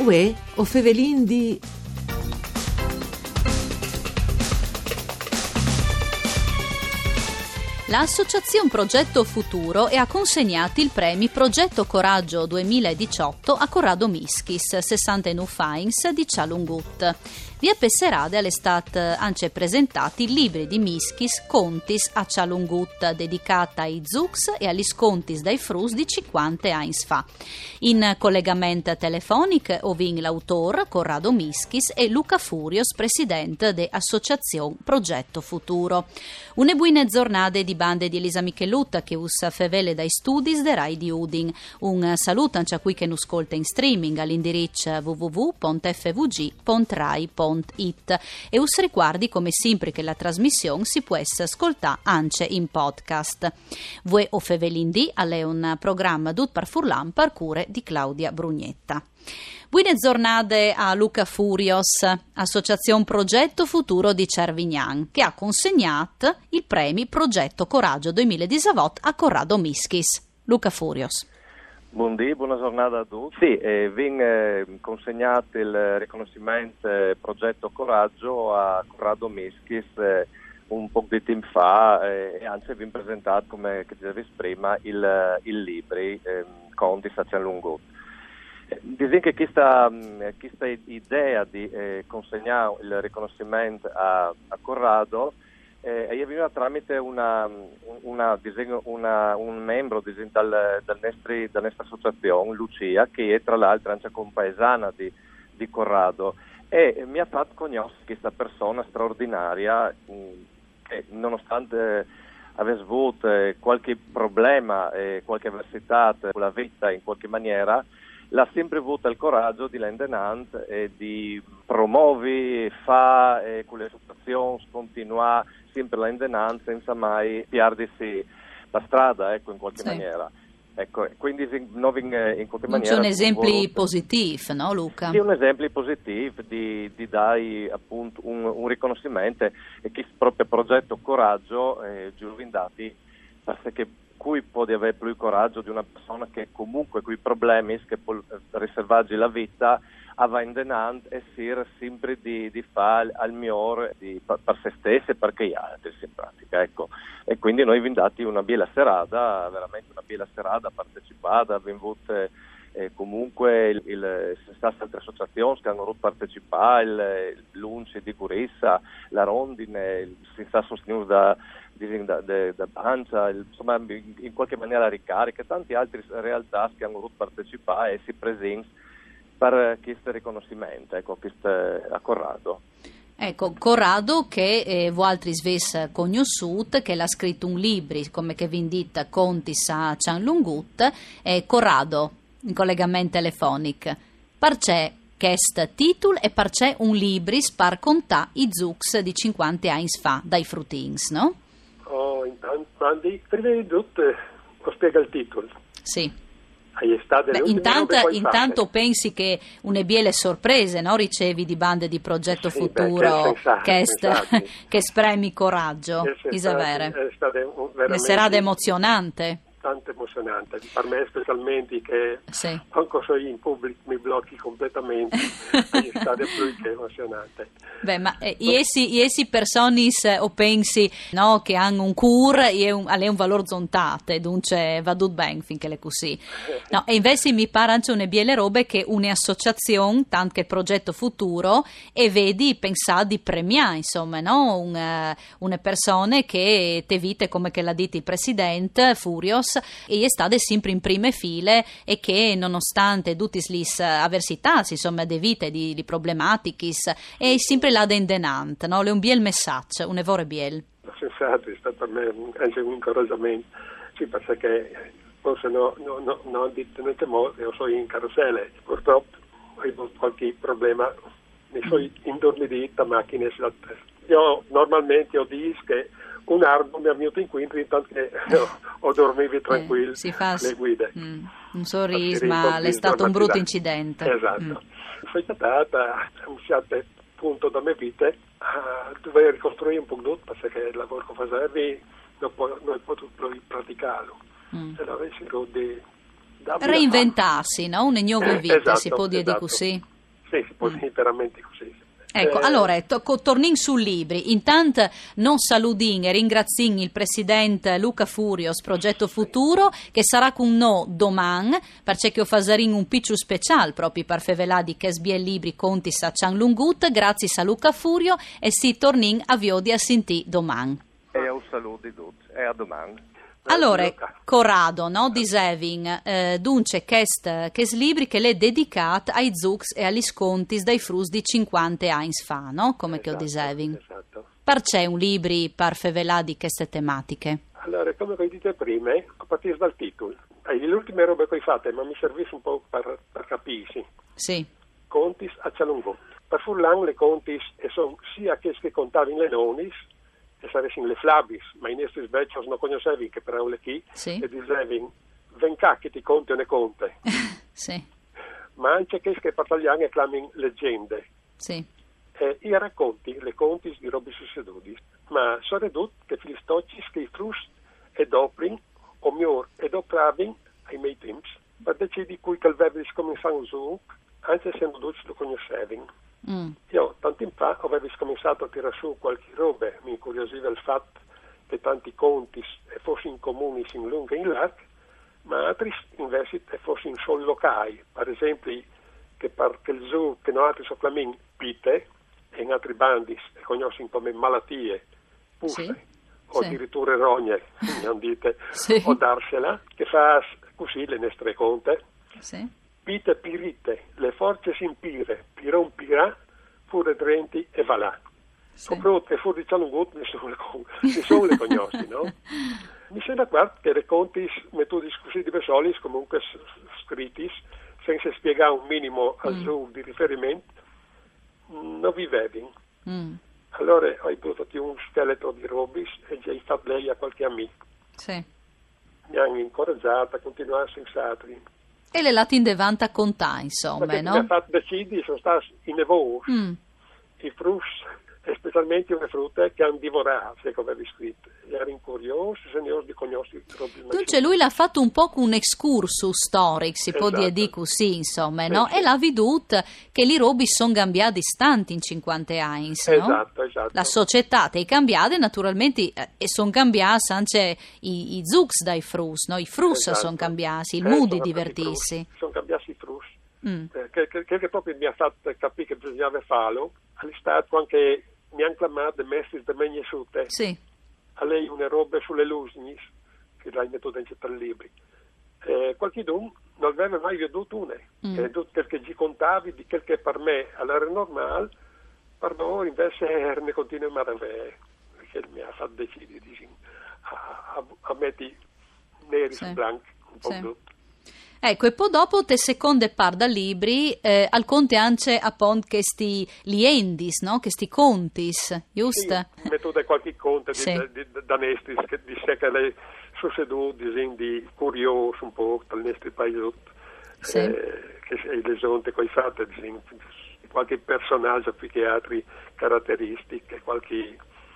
Uè, o fevelin di... L'Associazione Progetto Futuro ha consegnato il premio Progetto Coraggio 2018 a Corrado Mischis, 69 Fains di Cialungut. Via Pesserade all'estate anche presentati libri di Mischis Contis a Cialungut, dedicata ai Zux e agli scontis dai frus di 50 anni fa. In collegamento telefonico ovin l'autore Corrado Mischis e Luca Furios, presidente dell'Associazione Progetto Futuro. Une buone giornate di bande di Elisa Michelutta che us fevele dai studi de Rai di Udin. Un saluto anche a qui che nos ascolta in streaming all'indirizzo www.fvg.rai.it e us ricordi come sempre che la trasmissione si può ascoltare anche in podcast. Voi o fevelindì alle un programma dut par furlan par cure di Claudia Brugnetta. Buone giornate a Luca Furios, Associazione Progetto Futuro di Cervignan, che ha consegnato il premio Progetto Coraggio 2018 a Corrado Mischis. Luca Furios. Buondì, buona giornata a tutti. Sì, viene consegnato il riconoscimento Progetto Coraggio a Corrado Mischis un po' di tempo fa e anzi viene presentato, come dicevi prima, il libri Conti a Cialungut. Dico che questa idea di consegnare il riconoscimento a Corrado è venuta tramite un membro dalla nostra associazione, Lucia, che è tra l'altro anche compaesana di Corrado, e mi ha fatto conoscere questa persona straordinaria che, nonostante avesse avuto qualche problema e qualche avversità con la vita in qualche maniera, l'ha sempre avuto il coraggio di l'endenant e di promuovere, fare con le associazioni, continuare sempre l'endenant senza mai perdersi la strada, ecco, in qualche maniera. Ecco, quindi noi in qualche maniera... C'è un esempio positivo, no Luca? Sì, un esempio positivo di dare appunto un riconoscimento e che proprio progetto Coraggio giovindati perché cui può avere più coraggio di una persona che comunque con i problemi che può riservargli la vita va in denant e si sempre di fare al migliore per se stessi e per gli altri in pratica, ecco. E quindi noi vi dati una bella serata, veramente una bella serata partecipata, abbiamo avuto comunque sono altre associazioni che hanno voluto partecipare, l'Unci di Curissa, la Rondine, si sta sostenuto da Bancia, insomma in qualche maniera ricarica, tante altre realtà che hanno voluto partecipare e si presentano per questo riconoscimento, ecco, questo a Corrado. Ecco, Corrado che voi altri sves conosciuti, che l'ha scritto un libro, come che vi indita Conti a Cialungut, e Corrado, in collegamento telefonico. Perché questo titolo e perché un libro per contare i Zux di 50 anni fa, dai Frutins, no? Oh, prima di tutto spiega il titolo. Sì. Intanto pensi che une biele sorprese, no? Ricevi di bande di Progetto Futuro che spremi coraggio, Isavere. È stato veramente... Sarà emozionante. Tanto emozionante, per me specialmente che anche se in pubblico mi blocchi completamente, è stato più che emozionante. Beh, ma essi personis o pensi, no, che hanno un cur e un valore zontate, dunque va tutto bene finché le così. No, e invece mi pare anche une biele robe che un'associazione, tanto che Progetto Futuro, e vedi pensare di premiare, insomma, no, une persone che te vite come che l'ha detto il presidente Furios, e è state sempre in prime file e che nonostante tutte le avversità, insomma, de vite di problematiche, è sempre là dendenante, no? Le un biel messaggio, un evore biel. Sensato, è stato per me anche un incoraggiamento, sì, perché forse non dite io sono in carrozzella, purtroppo ho avuto qualche problema, mi sono indormidita, macchine, io normalmente dico che un arco mi ha venuto in quinto intanto che ho dormito tranquillo le guide. Un sorriso, ma è stato un brutto incidente. Esatto. Sono stata un certo punto da mia vita a dover ricostruire un po' tutto perché il lavoro che facevi non ho potuto più praticarlo. Se l'avessi di reinventarsi, no? Un nuovo vita, si può dire così. Sì, si può dire veramente così. Ecco, allora, tornin sul libri. Intanto non saludin e ringrazin il presidente Luca Furios, Progetto Futuro, che sarà con noi domani, perché fasarin un picciu speciale proprio per fevelà di che sbie libri conti a Cianlungut, grazie a Luca Furio, e si tornin a Viodi a sentì domani. E un saluto di tutti, e a domani. Allora, Corrado, no, disevin, dunque, che libri che le dedicat ai Zux e agli scontis dai frus di 50 anni fa, no? Come esatto, che ho disevin. Esatto. Perché un libri per fevelà di queste tematiche? Allora, come ho detto prima, a partire dal titolo, le ultime robe che ho fatto, ma mi servisse un po' per capirsi. Sì. Contis a Cialungut. Per furlan le contis sono sia che contavi le nonis, e sarebbero le flabis, ma i nostri vecchi non conoscevi che per le chi, sì. E dicevano, venca che ti conti o ne conte. Sì. Ma anche che per italiani chiamano leggende. Sì. I racconti, le contis di robi succeduti, ma sono ridotti che gli stocci che i frus e doprin, o miglior, e dopravin, ai miei temps, per decidere cui che il verbo cominciano su, anche se non lo conoscevano. Io tanti tempo fa avevo cominciato a tirare su qualche roba, mi incuriosiva il fatto che tanti conti fossero comuni in lungo e in largo, ma altri invece fossero solo locali, per esempio che per il zoo che noi altri chiamiamo pite e in altri bandi conoscono come malattie, puffe, sì. o sì. addirittura rogne, non dite, sì. o darsela, che fa così le nostre conte. Sì. Pite pirite, le forze si impire, piron pirà, fure drenti e valà. Sì. Soprattutto fuori di Cialungut nessuno le conosce, no? Mi sembra qua che le conti metodi così diversi, comunque scritti, senza spiegare un minimo al di riferimento, non vivevi. Allora ho buttato un scheletro di robis e già fatto lei a qualche amico. Sì. Mi hanno incoraggiato a continuare senza altri. E le lati in devanta contà, insomma, perché no? Mi ha fatto decidere, sono stati i nevosi, i frus, e specialmente le frutte che hanno divorato, come avevi scritto. Erano incuriosi, segnosi di conoscere. Dunque lui l'ha fatto un po' un excursus storico, si può dire così, insomma, no? Sì. E l'ha veduto che i robi sono cambiati stanti in 50 anni, no? Esatto. La società è cambiata, naturalmente, e sono cambiati anche i zux dai frus, no? I frus sono cambiati, il mood di divertirsi. Sono cambiati i frus. Che proprio mi ha fatto capire che bisognava farlo, all'estate anche mi hanno chiamato mestri di Megnesute. Sì. A lei una roba sulle lusnis, che l'hai messo dentro per libri. Qualcuno non aveva mai veduto una, perché ci contavi di quel che per me era normale, per noi invece ne continua a avere, perché mi ha fatto decidere a mettere neri su bianco un po' tutto. Ecco, e poi dopo te seconde par da libri, al conte anche appunto che sti liendis, no? Che sti contis, giusto? Sì, metto da qualche conto di danestis che di sé che le succeduti di curioso un po' dal nostro paese, che le zonte coi fatti, qualche personaggio più che altri caratteristiche, qualche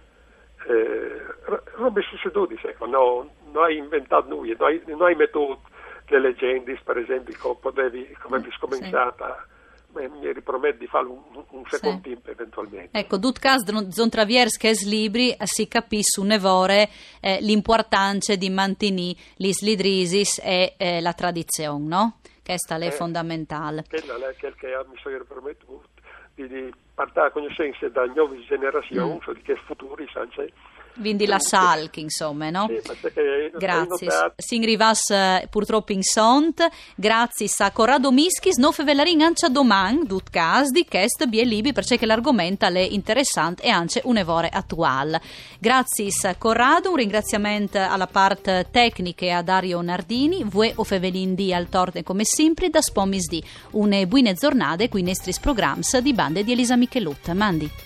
robe succeduti, ecco, non hai inventato nulla, non hai messo le leggende, per esempio, come avevi cominciata, mi riprometto di fare un secondo tempo eventualmente. Ecco, Dutkas Zontraviers che libri si capisce un nevore l'importanza di mantenere gli slidrisis e la tradizione, no? Questa è fondamentale. Quella è quel che mi sono riprometto di partire a conoscenza da nuove generazioni, di che futuri, anche. Quindi la salc, insomma, no? Sì, grazie. Si arrivas purtroppo in sont. Grazie a Corrado Mischis. No fevelarin ancia domani, dut cas di chest bie libi perché l'argomento è interessante e anche un evore attuale. Grazie a Corrado, un ringraziamento alla parte tecnica e a Dario Nardini. Vue o fevelin di al torte come sempre da spomis di une buone giornate qui nei nostri programmi di bande di Elisa Michelut. Mandi.